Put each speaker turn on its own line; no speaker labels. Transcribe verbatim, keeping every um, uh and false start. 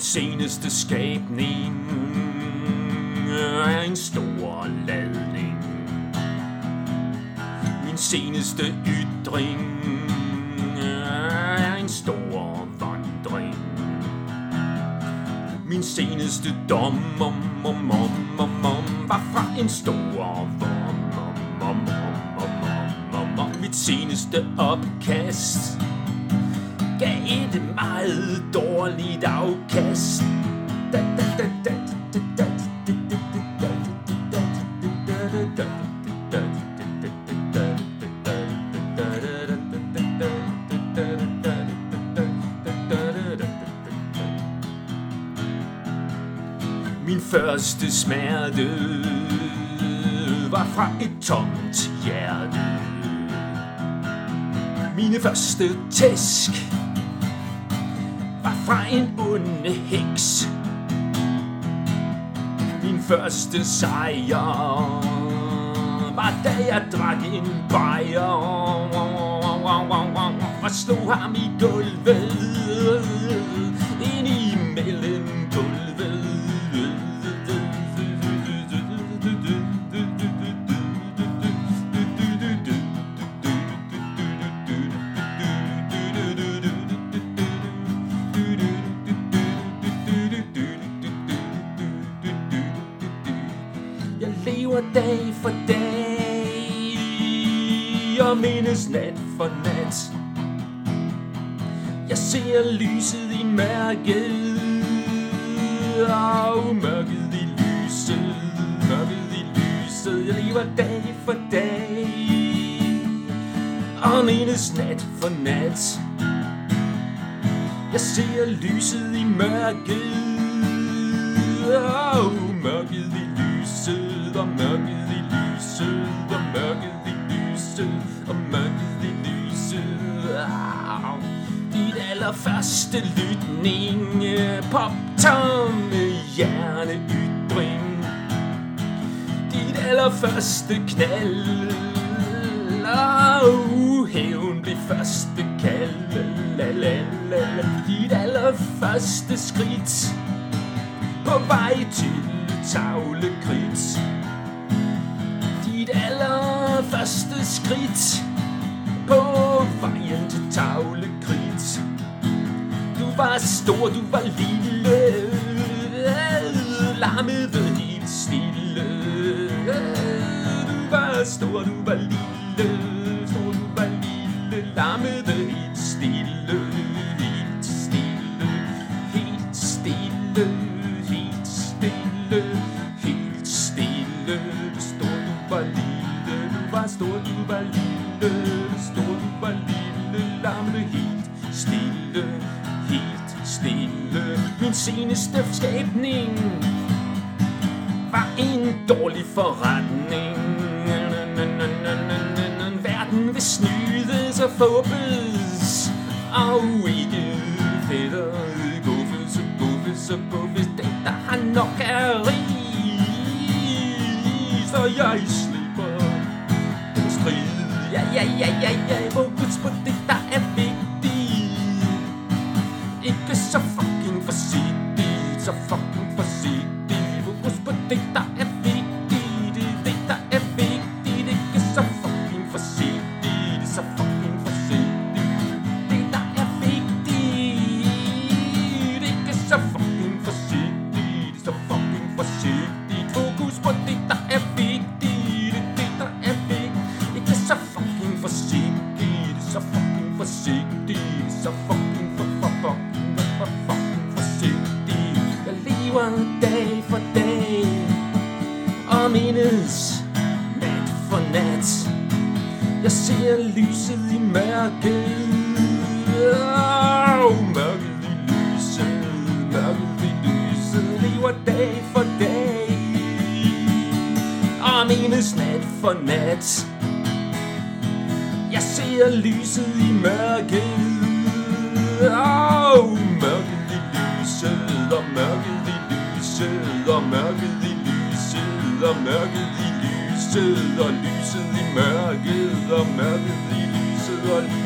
seneste skabning er en stor ladning. Min seneste ytring er en stor vandring. Min seneste dom om, om, om, om, om var fra en stor vom om, om, om, om, om, om. Mit seneste opkast gav et meget dårligt afkast. Da, da, da, da, da, da, da, da, da, da, min første smerte var fra et tomt hjerte. Mine første tæsk var fra en onde heks. Min første sejr var da jeg drak en bajer og slog ham i gulvet, ind imellem gulvet. Jeg lever dag for dag og mindes nat for nat. Jeg ser lyset i mørket og mørket i lyset, mørket i lyset. Jeg lever dag for dag og mindes nat for nat. Jeg ser lyset i mørket og mørket i lyset, og mørket i lyset, og mørket i lyset, og mørket i lyset. Au. Dit allerførste lytning, poptomme hjerneytring. Dit allerførste knald, og uhævnlig første kald. Dit allerførste skridt på vej til tavlekridt. Dit allerførste skridt på vejen til tavlekridt. Du var stor, du var lille, lammede helt stille. Du var stor, du var lille, stor, du var lille, lammede helt stille, helt stille, helt stille, helt stille, helt stille. Stor, du var lille, du var stor, du var lille, stor, du var lille, lammede helt stille, helt stille. Min seneste skabning var en dårlig forretning. Verden vil snydes og fubbes, og ikke fætter guffes og guffes og guffes. Den der har nok er rig, så jeg slipper den strid. Ja, ja, ja, ja, ja, fokus på det der er vigtigt. Ikke så fucking forsigtigt, så fucking forsigtigt. Fokus på det der er vigtigt, det der er vigtigt. Ikke så fucking forsigtigt, så fucking forsigtigt. Det der er vigtigt, ikke så fucking forsigtigt, så fucking forsigtigt. Fokus på det der er vigtigt, det der er vigtigt. Ikke så fucking forsigtigt, så fucking forsigtigt, så fucking for for fucking for fucking forsigtigt. Jeg lever dag for dag og mindes nat for nat. Jeg ser lyset i mørket, oh, mørket i lyset, mørket i lyset. Lever dag for dag og mindes nat for nat. Jeg ser lyset i mørket, oh, mørket i lyset, og mørket i lyset, og mørket i lyset, og mørket i lyset, og lyset i mørket, og mørket i lyset, og